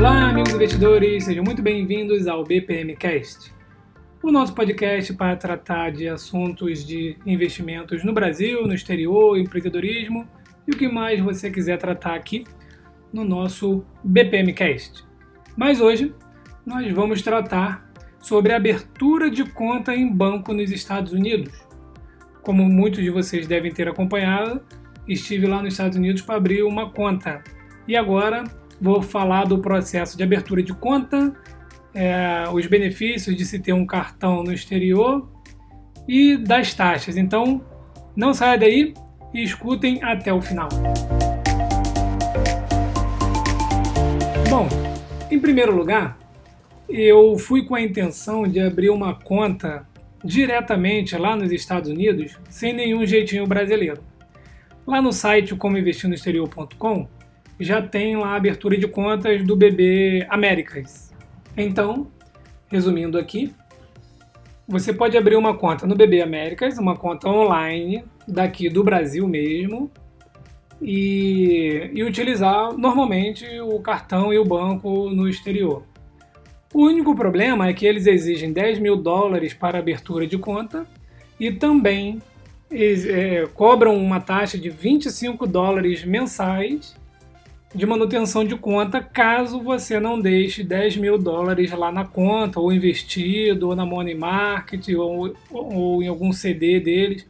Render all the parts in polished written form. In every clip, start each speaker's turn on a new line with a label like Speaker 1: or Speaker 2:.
Speaker 1: Olá, amigos investidores, sejam muito bem-vindos ao BPMcast, o nosso podcast para tratar de assuntos de investimentos no Brasil, no exterior, empreendedorismo e o que mais você quiser tratar aqui no nosso BPMcast. Mas hoje nós vamos tratar sobre a abertura de conta em banco nos Estados Unidos. Como muitos de vocês devem ter acompanhado, estive lá nos Estados Unidos para abrir uma conta e agora vou falar do processo de abertura de conta, os benefícios de se ter um cartão no exterior e das taxas. Então, não saia daí e escutem até o final. Bom, em primeiro lugar, eu fui com a intenção de abrir uma conta diretamente lá nos Estados Unidos, sem nenhum jeitinho brasileiro. Lá no site comoinvestirnoexterior.com já tem lá a abertura de contas do BB Américas. Então, resumindo aqui, você pode abrir uma conta no BB Américas, uma conta online daqui do Brasil mesmo, e utilizar normalmente o cartão e o banco no exterior. O único problema é que eles exigem $10 mil para abertura de conta e também cobram uma taxa de $25 mensais de manutenção de conta caso você não deixe $10 mil lá na conta, ou investido, ou na Money Market, ou em algum CD deles.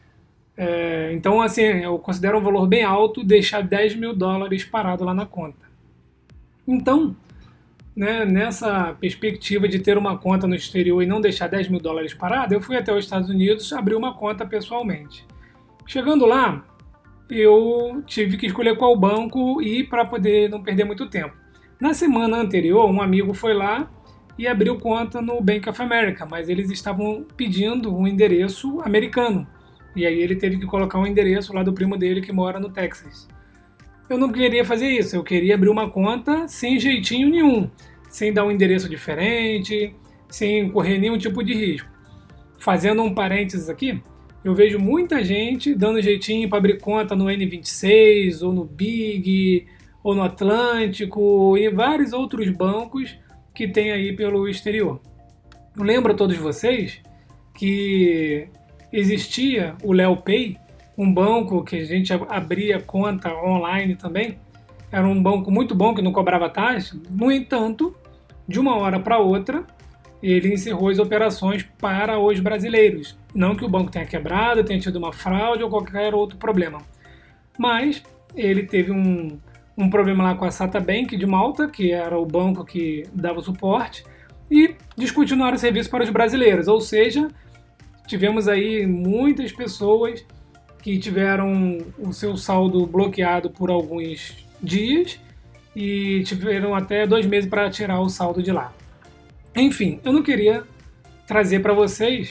Speaker 1: Então, assim, eu considero um valor bem alto deixar $10 mil parado lá na conta. Então, né, nessa perspectiva de ter uma conta no exterior e não deixar $10 mil parado, eu fui até os Estados Unidos abrir uma conta pessoalmente. Chegando lá, eu tive que escolher qual banco e para poder não perder muito tempo. Na semana anterior, um amigo foi lá e abriu conta no Bank of America, mas eles estavam pedindo um endereço americano. E aí ele teve que colocar um endereço lá do primo dele que mora no Texas. Eu não queria fazer isso, eu queria abrir uma conta sem jeitinho nenhum, sem dar um endereço diferente, sem correr nenhum tipo de risco. Fazendo um parênteses aqui, eu vejo muita gente dando jeitinho para abrir conta no N26, ou no Big, ou no Atlântico, e vários outros bancos que tem aí pelo exterior. Eu lembro a todos vocês que existia o LeoPay, um banco que a gente abria conta online também. Era um banco muito bom que não cobrava taxa. No entanto, de uma hora para outra, ele encerrou as operações para os brasileiros. Não que o banco tenha quebrado, tenha tido uma fraude ou qualquer outro problema. Mas ele teve um problema lá com a Sata Bank de Malta, que era o banco que dava o suporte, e descontinuaram o serviço para os brasileiros. Ou seja, tivemos aí muitas pessoas que tiveram o seu saldo bloqueado por alguns dias e tiveram até 2 meses para tirar o saldo de lá. Enfim, eu não queria trazer para vocês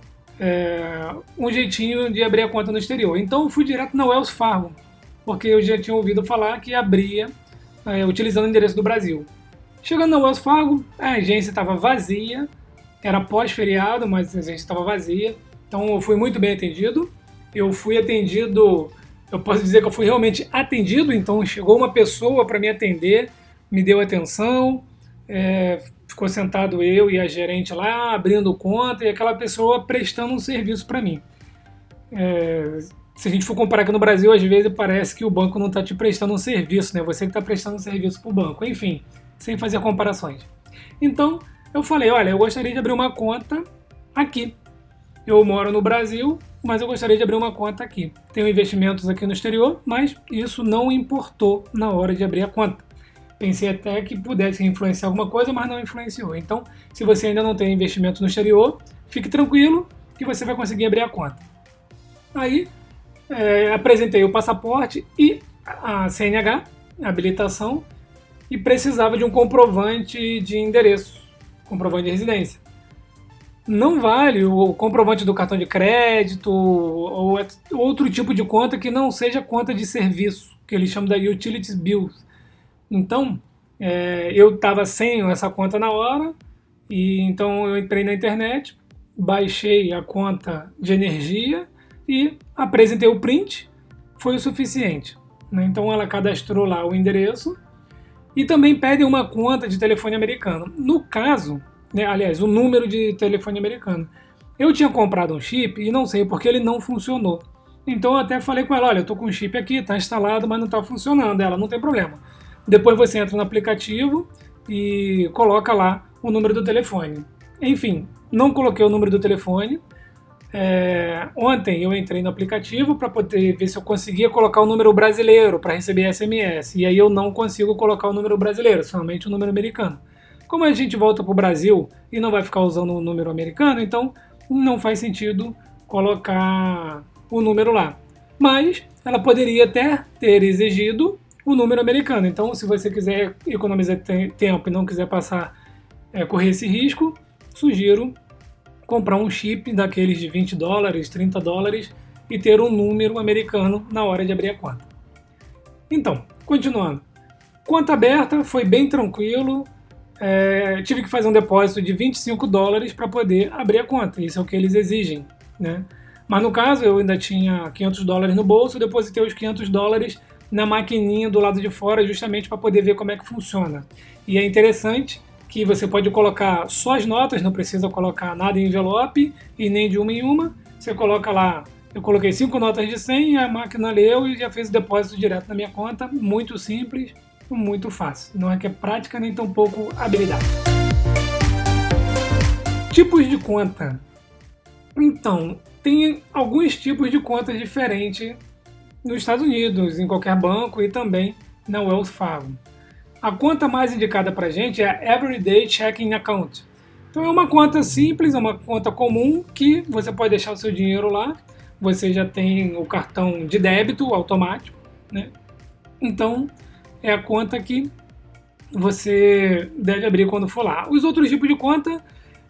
Speaker 1: um jeitinho de abrir a conta no exterior. Então eu fui direto na Wells Fargo, porque eu já tinha ouvido falar que abria utilizando o endereço do Brasil. Chegando na Wells Fargo, a agência estava vazia, era pós-feriado, mas a agência estava vazia, então eu fui muito bem atendido. Eu fui atendido, eu posso dizer que eu fui realmente atendido, então chegou uma pessoa para me atender, me deu atenção, ficou sentado eu e a gerente lá, abrindo conta, e aquela pessoa prestando um serviço para mim. Se a gente for comparar aqui no Brasil, às vezes parece que o banco não está te prestando um serviço, né? Você que está prestando um serviço para o banco. Enfim, sem fazer comparações. Então, eu falei, olha, eu gostaria de abrir uma conta aqui. Eu moro no Brasil, mas eu gostaria de abrir uma conta aqui. Tenho investimentos aqui no exterior, mas isso não importou na hora de abrir a conta. Pensei até que pudesse influenciar alguma coisa, mas não influenciou. Então, se você ainda não tem investimento no exterior, fique tranquilo que você vai conseguir abrir a conta. Aí, apresentei o passaporte e a CNH, a habilitação, e precisava de um comprovante de endereço, comprovante de residência. Não vale o comprovante do cartão de crédito ou outro tipo de conta que não seja conta de serviço, que eles chamam de Utilities Bills. Então, eu estava sem essa conta na hora, e então eu entrei na internet, baixei a conta de energia e apresentei o print, foi o suficiente. Né? Então ela cadastrou lá o endereço E também pedem uma conta de telefone americano. No caso, né, aliás, o número de telefone americano. Eu tinha comprado um chip e não sei porque ele não funcionou. Então eu até falei com ela, olha, eu tô com um chip aqui, tá instalado, mas não tá funcionando. Ela, não tem problema. Depois você entra no aplicativo e coloca lá o número do telefone. Enfim, não coloquei o número do telefone. Ontem eu entrei no aplicativo para poder ver se eu conseguia colocar o número brasileiro para receber SMS. E aí eu não consigo colocar o número brasileiro, somente o número americano. Como a gente volta para o Brasil e não vai ficar usando o número americano, então não faz sentido colocar o número lá. Mas ela poderia até ter exigido o número americano. Então, se você quiser economizar tempo e não quiser correr esse risco, sugiro comprar um chip daqueles de $20, $30 e ter um número americano na hora de abrir a conta. Então, continuando. Conta aberta, foi bem tranquilo. Tive que fazer um depósito de $25 para poder abrir a conta. Isso é o que eles exigem, né? Mas no caso, eu ainda tinha $500 no bolso, eu depositei os $500 na maquininha do lado de fora, justamente para poder ver como é que funciona. E é interessante que você pode colocar só as notas, não precisa colocar nada em envelope e nem de uma em uma. Você coloca lá, eu coloquei 5 notas de 100, a máquina leu e já fez o depósito direto na minha conta. Muito simples, muito fácil. Não é que é prática nem tão pouco habilidade. Tipos de conta. Então, tem alguns tipos de contas diferentes nos Estados Unidos, em qualquer banco e também na Wells Fargo. A conta mais indicada para a gente é a Everyday Checking Account. Então é uma conta simples, é uma conta comum que você pode deixar o seu dinheiro lá. Você já tem o cartão de débito automático, né? Então é a conta que você deve abrir quando for lá. Os outros tipos de conta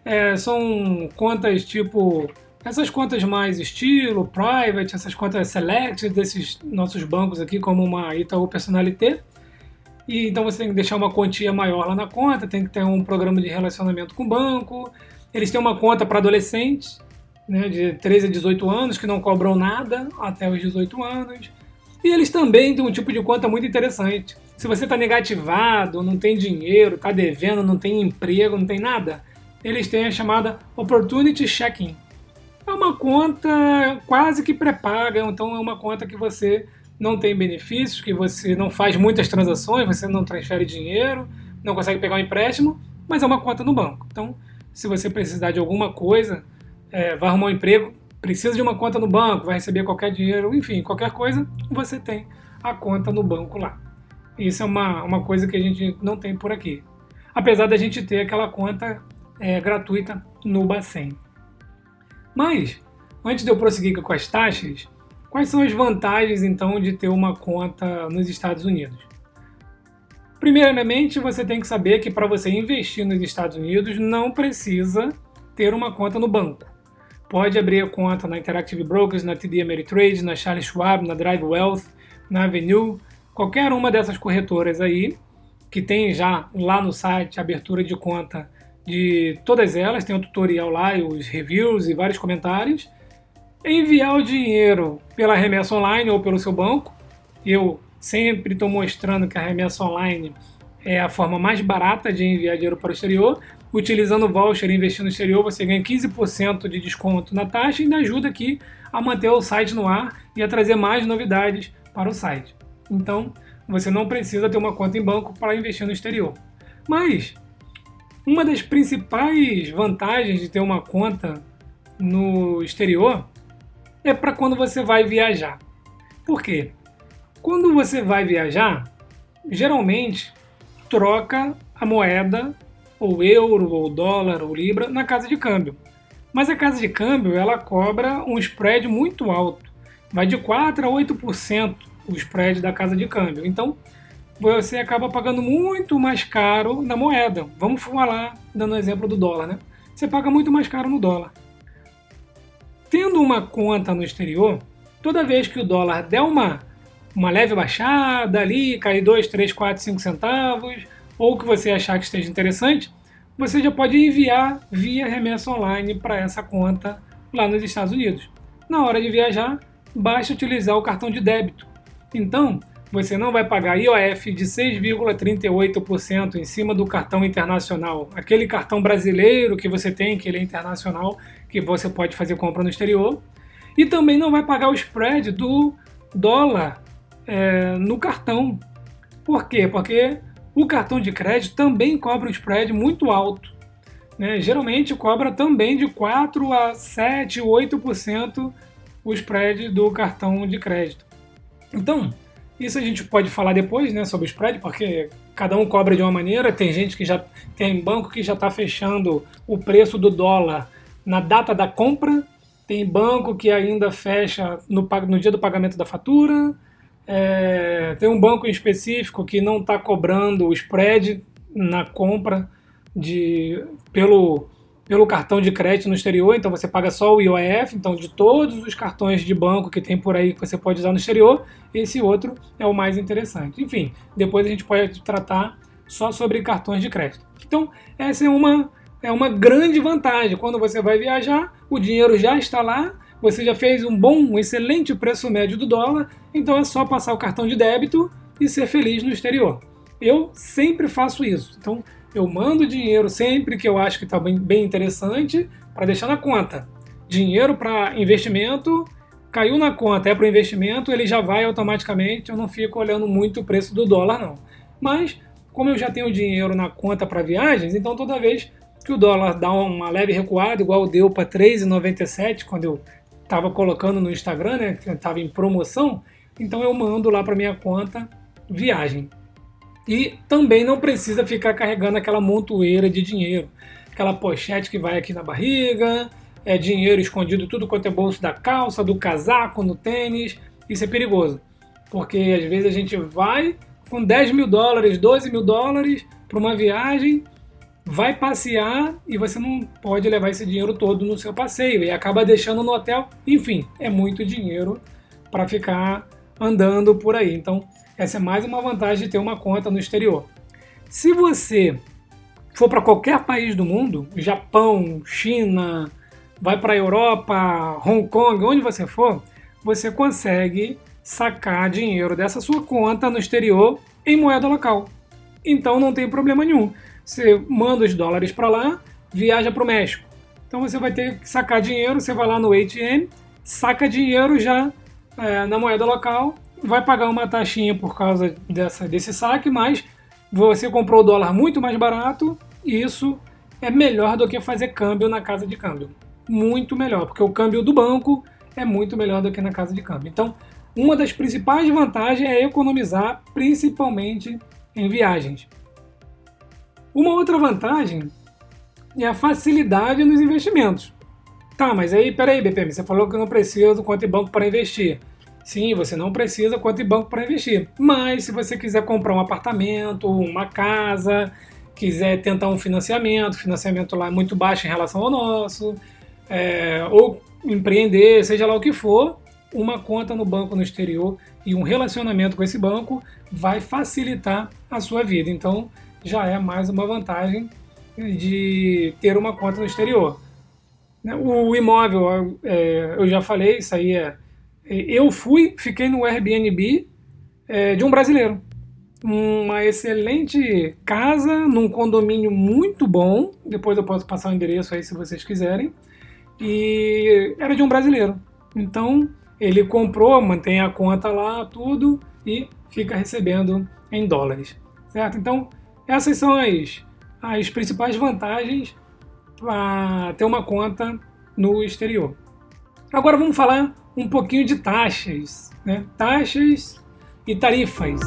Speaker 1: são contas tipo essas contas mais estilo, private, essas contas select desses nossos bancos aqui, como uma Itaú Personalité. E então você tem que deixar uma quantia maior lá na conta, tem que ter um programa de relacionamento com o banco. Eles têm uma conta para adolescentes, né, de 13 a 18 anos, que não cobram nada até os 18 anos. E eles também têm um tipo de conta muito interessante. Se você está negativado, não tem dinheiro, está devendo, não tem emprego, não tem nada, eles têm a chamada Opportunity Checking. É uma conta quase que pré-paga, então é uma conta que você não tem benefícios, que você não faz muitas transações, você não transfere dinheiro, não consegue pegar um empréstimo, mas é uma conta no banco. Então, se você precisar de alguma coisa, vai arrumar um emprego, precisa de uma conta no banco, vai receber qualquer dinheiro, enfim, qualquer coisa, você tem a conta no banco lá. Isso é uma coisa que a gente não tem por aqui. Apesar da gente ter aquela conta gratuita no Bacen. Mas, antes de eu prosseguir com as taxas, quais são as vantagens, então, de ter uma conta nos Estados Unidos? Primeiramente, você tem que saber que para você investir nos Estados Unidos não precisa ter uma conta no banco. Pode abrir a conta na Interactive Brokers, na TD Ameritrade, na Charles Schwab, na Drive Wealth, na Avenue, qualquer uma dessas corretoras aí, que tem já lá no site a abertura de conta de todas elas, tem um tutorial lá e os reviews e vários comentários. Enviar o dinheiro pela remessa online ou pelo seu banco. Eu sempre estou mostrando que a remessa online é a forma mais barata de enviar dinheiro para o exterior. Utilizando o voucher e investir no exterior, você ganha 15% de desconto na taxa e ainda ajuda aqui a manter o site no ar e a trazer mais novidades para o site. Então, você não precisa ter uma conta em banco para investir no exterior. Mas, uma das principais vantagens de ter uma conta no exterior é para quando você vai viajar. Por quê? Quando você vai viajar, geralmente troca a moeda, ou euro, ou dólar, ou libra, na casa de câmbio. Mas a casa de câmbio, ela cobra um spread muito alto. Vai de 4% a 8% o spread da casa de câmbio. Então, você acaba pagando muito mais caro na moeda. Vamos falar, dando o exemplo do dólar, né? Você paga muito mais caro no dólar. Tendo uma conta no exterior, toda vez que o dólar der uma leve baixada ali, cair 2, 3, 4, 5 centavos, ou que você achar que esteja interessante, você já pode enviar via remessa online para essa conta lá nos Estados Unidos. Na hora de viajar, basta utilizar o cartão de débito. Então, você não vai pagar IOF de 6,38% em cima do cartão internacional, aquele cartão brasileiro que você tem, que ele é internacional, que você pode fazer compra no exterior, e também não vai pagar o spread do dólar no cartão. Por quê? Porque o cartão de crédito também cobra um spread muito alto, né? Geralmente cobra também de 4 a 7, 8% o spread do cartão de crédito. Então, isso a gente pode falar depois, né, sobre o spread, porque cada um cobra de uma maneira. Tem gente que já tem banco que já está fechando o preço do dólar na data da compra, tem banco que ainda fecha no dia do pagamento da fatura, tem um banco em específico que não está cobrando o spread na compra pelo cartão de crédito no exterior, então você paga só o IOF. Então, de todos os cartões de banco que tem por aí que você pode usar no exterior, esse outro é o mais interessante. Enfim, depois a gente pode tratar só sobre cartões de crédito. Então, essa é uma grande vantagem. Quando você vai viajar, o dinheiro já está lá, você já fez um excelente preço médio do dólar, então é só passar o cartão de débito e ser feliz no exterior. Eu sempre faço isso. Então, eu mando dinheiro sempre que eu acho que está bem interessante para deixar na conta. Dinheiro para investimento, caiu na conta, é para o investimento, ele já vai automaticamente, eu não fico olhando muito o preço do dólar não. Mas, como eu já tenho dinheiro na conta para viagens, então toda vez que o dólar dá uma leve recuada, igual deu para 3,97 quando eu estava colocando no Instagram, né, que estava em promoção, então eu mando lá para minha conta viagem. E também não precisa ficar carregando aquela montoeira de dinheiro, aquela pochete que vai aqui na barriga, dinheiro escondido tudo quanto é bolso da calça, do casaco, no tênis. Isso é perigoso, porque às vezes a gente vai com 10 mil dólares, 12 mil dólares para uma viagem, vai passear e você não pode levar esse dinheiro todo no seu passeio e acaba deixando no hotel. Enfim, é muito dinheiro para ficar andando por aí. Então, essa é mais uma vantagem de ter uma conta no exterior. Se você for para qualquer país do mundo, Japão, China, vai para a Europa, Hong Kong, onde você for, você consegue sacar dinheiro dessa sua conta no exterior em moeda local. Então não tem problema nenhum. Você manda os dólares para lá, viaja para o México. Então você vai ter que sacar dinheiro, você vai lá no ATM, saca dinheiro já na moeda local, vai pagar uma taxinha por causa desse saque, mas você comprou o dólar muito mais barato e isso é melhor do que fazer câmbio na casa de câmbio. Muito melhor, porque o câmbio do banco é muito melhor do que na casa de câmbio. Então, uma das principais vantagens é economizar, principalmente em viagens. Uma outra vantagem é a facilidade nos investimentos. Tá, mas aí, peraí, BPM, você falou que eu não preciso conta em banco para investir. Sim, você não precisa conta em banco para investir. Mas se você quiser comprar um apartamento, uma casa, quiser tentar um financiamento, o financiamento lá é muito baixo em relação ao nosso, ou empreender, seja lá o que for, uma conta no banco no exterior e um relacionamento com esse banco vai facilitar a sua vida. Então, já é mais uma vantagem de ter uma conta no exterior. O imóvel, eu já falei, isso aí eu fiquei no Airbnb de um brasileiro. Uma excelente casa, num condomínio muito bom. Depois eu posso passar o endereço aí se vocês quiserem. E era de um brasileiro. Então, ele comprou, mantém a conta lá, tudo, e fica recebendo em dólares. Certo? Então, essas são as principais vantagens para ter uma conta no exterior. Agora vamos falar um pouquinho de taxas, né? Taxas e tarifas.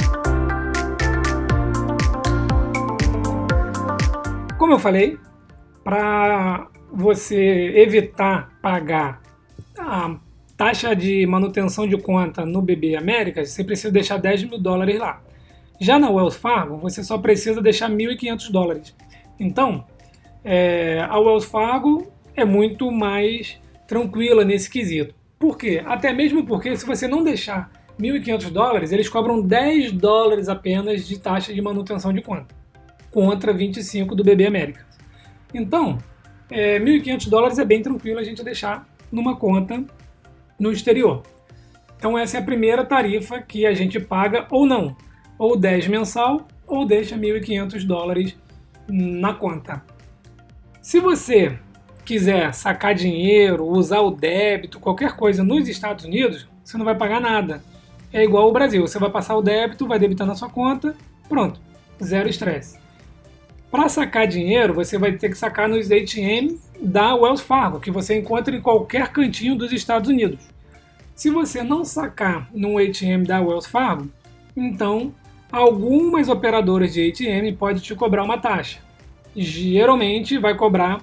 Speaker 1: Como eu falei, para você evitar pagar a taxa de manutenção de conta no BB Américas, você precisa deixar 10 mil dólares lá. Já na Wells Fargo, você só precisa deixar 1.500 dólares. Então, a Wells Fargo é muito mais tranquila nesse quesito. Por quê? Até mesmo porque se você não deixar 1.500 dólares, eles cobram 10 dólares apenas de taxa de manutenção de conta, contra 25 do BB Américas. Então, 1.500 dólares é bem tranquilo a gente deixar numa conta no exterior. Então essa é a primeira tarifa que a gente paga ou não, ou 10 mensal ou deixa $1.500 na conta. Se você quiser sacar dinheiro, usar o débito, qualquer coisa nos Estados Unidos, você não vai pagar nada. É igual ao Brasil, você vai passar o débito, vai debitar na sua conta, pronto, zero estresse. Para sacar dinheiro, você vai ter que sacar nos ATM da Wells Fargo, que você encontra em qualquer cantinho dos Estados Unidos. Se você não sacar no ATM da Wells Fargo, então algumas operadoras de ATM podem te cobrar uma taxa. Geralmente vai cobrar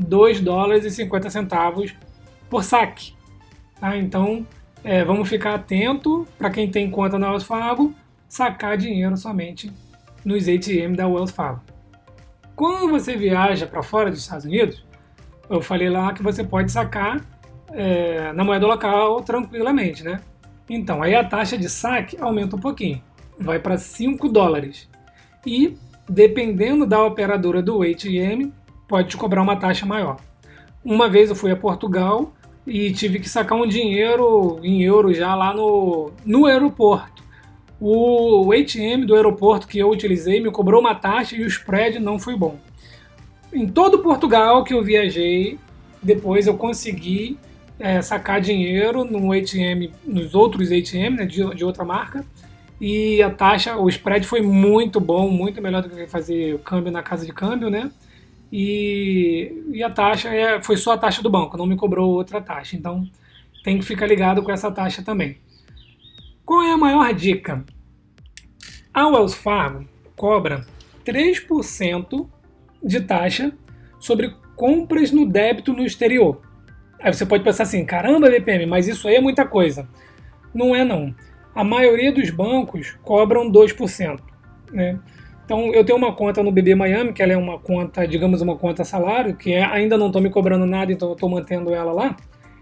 Speaker 1: $2,50 por saque. Tá? Então vamos ficar atento para quem tem conta na Wells Fargo, sacar dinheiro somente nos ATM da Wells Fargo. Quando você viaja para fora dos Estados Unidos, eu falei lá que você pode sacar na moeda local tranquilamente, né? Então, aí a taxa de saque aumenta um pouquinho, vai para $5. E, dependendo da operadora do ATM, pode te cobrar uma taxa maior. Uma vez eu fui a Portugal e tive que sacar um dinheiro em euro já lá no aeroporto. O ATM do aeroporto que eu utilizei me cobrou uma taxa e o spread não foi bom. Em todo Portugal que eu viajei, depois eu consegui sacar dinheiro no ATM, nos outros ATM, né, de outra marca, e a taxa, o spread foi muito bom, muito melhor do que fazer o câmbio na casa de câmbio, né? E a taxa foi só a taxa do banco, não me cobrou outra taxa. Então tem que ficar ligado com essa taxa também. Qual é a maior dica? A Wells Fargo cobra 3% de taxa sobre compras no débito no exterior. Aí você pode pensar assim, caramba, BPM, mas isso aí é muita coisa. Não é não. A maioria dos bancos cobram 2%. Né? Então eu tenho uma conta no BB Miami, que ela é uma conta, digamos, uma conta salário, que ainda não estou me cobrando nada, então eu estou mantendo ela lá.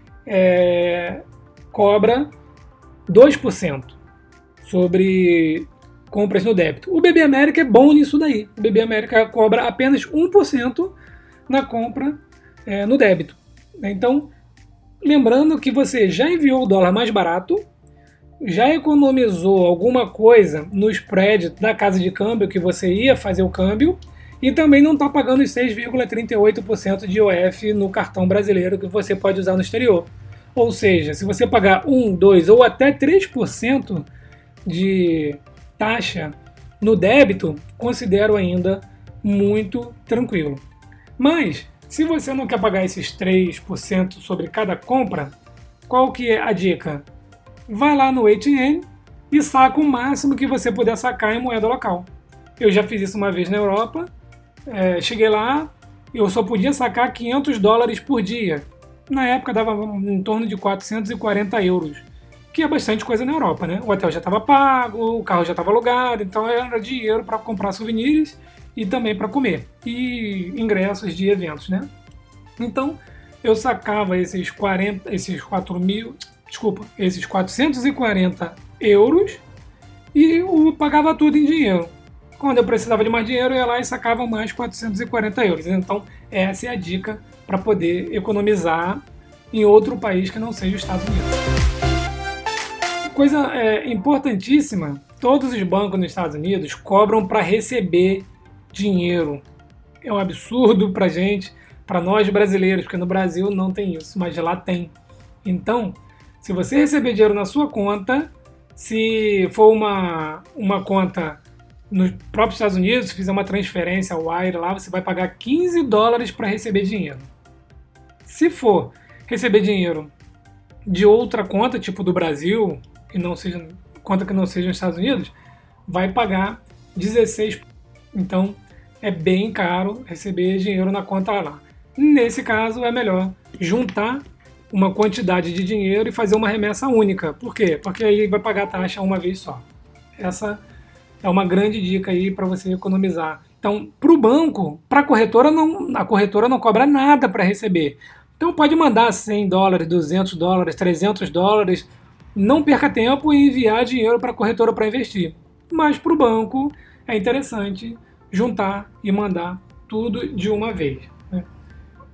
Speaker 1: Cobra 2% sobre compras no débito. O BB América é bom nisso daí. O BB América cobra apenas 1% na compra no débito. Então, lembrando que você já enviou o dólar mais barato, já economizou alguma coisa no spread da casa de câmbio que você ia fazer o câmbio e também não está pagando os 6,38% de IOF no cartão brasileiro que você pode usar no exterior. Ou seja, se você pagar 1, 2 ou até 3% de taxa no débito, considero ainda muito tranquilo. Mas, se você não quer pagar esses 3% sobre cada compra, qual que é a dica? Vai lá no ATM e saca o máximo que você puder sacar em moeda local. Eu já fiz isso uma vez na Europa, cheguei lá, eu só podia sacar $500 por dia. Na época dava em torno de 440 euros, que é bastante coisa na Europa, né? O hotel já estava pago, o carro já estava alugado, então era dinheiro para comprar souvenirs e também para comer, e ingressos de eventos, né? Então eu sacava esses 440 euros e eu pagava tudo em dinheiro. Quando eu precisava de mais dinheiro, eu ia lá e sacava mais 440 euros. Então essa é a dica para poder economizar em outro país que não seja os Estados Unidos. Coisa importantíssima, todos os bancos nos Estados Unidos cobram para receber dinheiro. É um absurdo para gente, para nós brasileiros, porque no Brasil não tem isso, mas lá tem. Então, se você receber dinheiro na sua conta, se for uma conta nos próprios Estados Unidos, se fizer uma transferência ao Wire lá, você vai pagar $15 para receber dinheiro. Se for receber dinheiro de outra conta, tipo do Brasil, que não seja conta que não seja nos Estados Unidos, vai pagar 16%. Então é bem caro receber dinheiro na conta lá. Nesse caso é melhor juntar uma quantidade de dinheiro e fazer uma remessa única. Por quê? Porque aí vai pagar a taxa uma vez só. Essa é uma grande dica aí para você economizar. Então, para o banco, para a corretora não cobra nada para receber. Então pode mandar $100, $200, $300, não perca tempo em enviar dinheiro para a corretora para investir. Mas para o banco é interessante juntar e mandar tudo de uma vez. Né?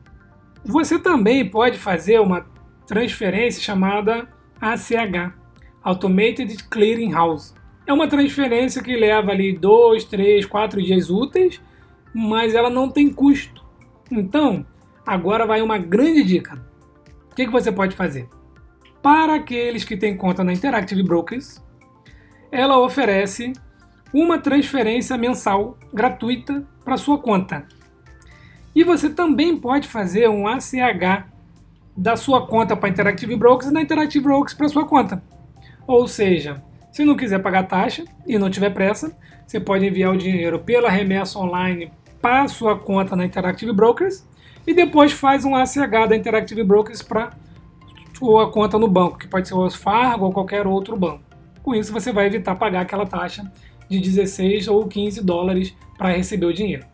Speaker 1: Você também pode fazer uma transferência chamada ACH. Automated Clearing House. É uma transferência que leva ali 2, 3, 4 dias úteis, mas ela não tem custo. Então, agora vai uma grande dica. O que você pode fazer? Para aqueles que têm conta na Interactive Brokers, ela oferece uma transferência mensal gratuita para sua conta. E você também pode fazer um ACH da sua conta para a Interactive Brokers e da Interactive Brokers para sua conta. Ou seja, se não quiser pagar taxa e não tiver pressa, você pode enviar o dinheiro pela remessa online para a sua conta na Interactive Brokers e depois faz um ACH da Interactive Brokers para sua conta no banco, que pode ser o Wells Fargo ou qualquer outro banco. Com isso você vai evitar pagar aquela taxa de 16 ou 15 dólares para receber o dinheiro.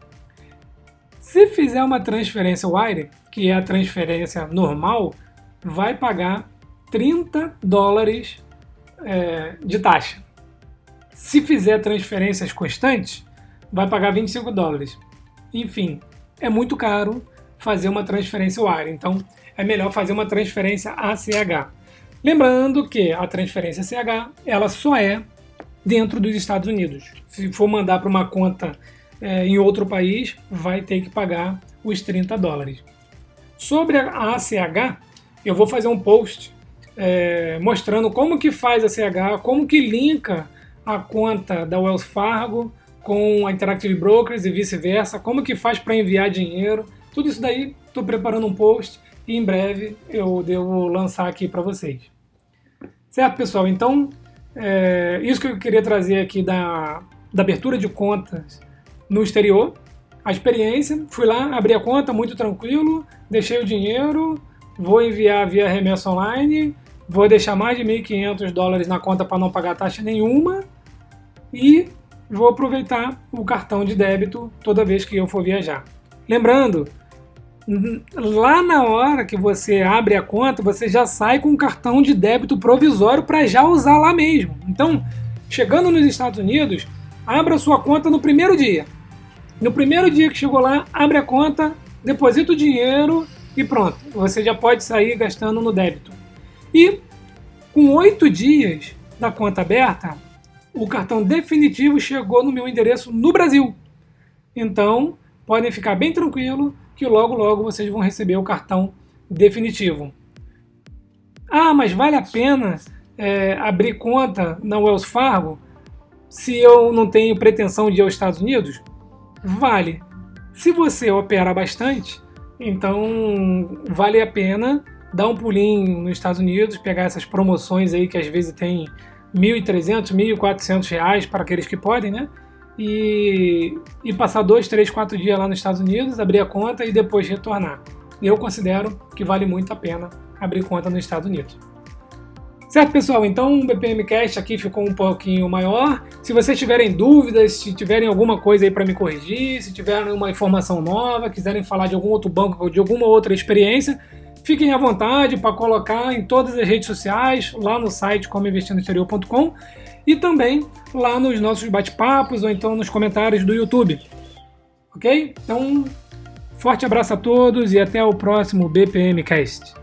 Speaker 1: Se fizer uma transferência wire, que é a transferência normal, vai pagar 30 dólares de taxa. Se fizer transferências constantes, vai pagar 25 dólares. Enfim, é muito caro fazer uma transferência wire, então é melhor fazer uma transferência ACH. Lembrando que a transferência ACH ela só é dentro dos Estados Unidos. Se for mandar para uma conta em outro país, vai ter que pagar os 30 dólares. Sobre a ACH, eu vou fazer um post mostrando como que faz a ACH, como que linka a conta da Wells Fargo com a Interactive Brokers e vice-versa, como que faz para enviar dinheiro. Tudo isso daí, estou preparando um post e em breve eu devo lançar aqui para vocês. Certo, pessoal? Então, isso que eu queria trazer aqui da abertura de contas no exterior, a experiência. Fui lá, abri a conta, muito tranquilo, deixei o dinheiro, vou enviar via remessa online, vou deixar mais de 1.500 dólares na conta para não pagar taxa nenhuma e vou aproveitar o cartão de débito toda vez que eu for viajar. Lembrando, lá na hora que você abre a conta, você já sai com um cartão de débito provisório para já usar lá mesmo. Então, chegando nos Estados Unidos, abra sua conta no primeiro dia. No primeiro dia que chegou lá, abre a conta, deposita o dinheiro e pronto. Você já pode sair gastando no débito. E com 8 dias da conta aberta, o cartão definitivo chegou no meu endereço no Brasil. Então, podem ficar bem tranquilo que logo logo vocês vão receber o cartão definitivo. Ah, mas vale a pena abrir conta na Wells Fargo se eu não tenho pretensão de ir aos Estados Unidos? Vale. Se você opera bastante, então vale a pena dar um pulinho nos Estados Unidos, pegar essas promoções aí que às vezes tem R$1.300, R$1.400 para aqueles que podem, né? E passar 2, 3, 4 dias lá nos Estados Unidos, abrir a conta e depois retornar. Eu considero que vale muito a pena abrir conta nos Estados Unidos. Certo, pessoal? Então o BPM Cast aqui ficou um pouquinho maior. Se vocês tiverem dúvidas, se tiverem alguma coisa aí para me corrigir, se tiverem uma informação nova, quiserem falar de algum outro banco ou de alguma outra experiência, fiquem à vontade para colocar em todas as redes sociais, lá no site comoinvestirnoexterior.com e também lá nos nossos bate-papos ou então nos comentários do YouTube. Ok? Então, forte abraço a todos e até o próximo BPM Cast.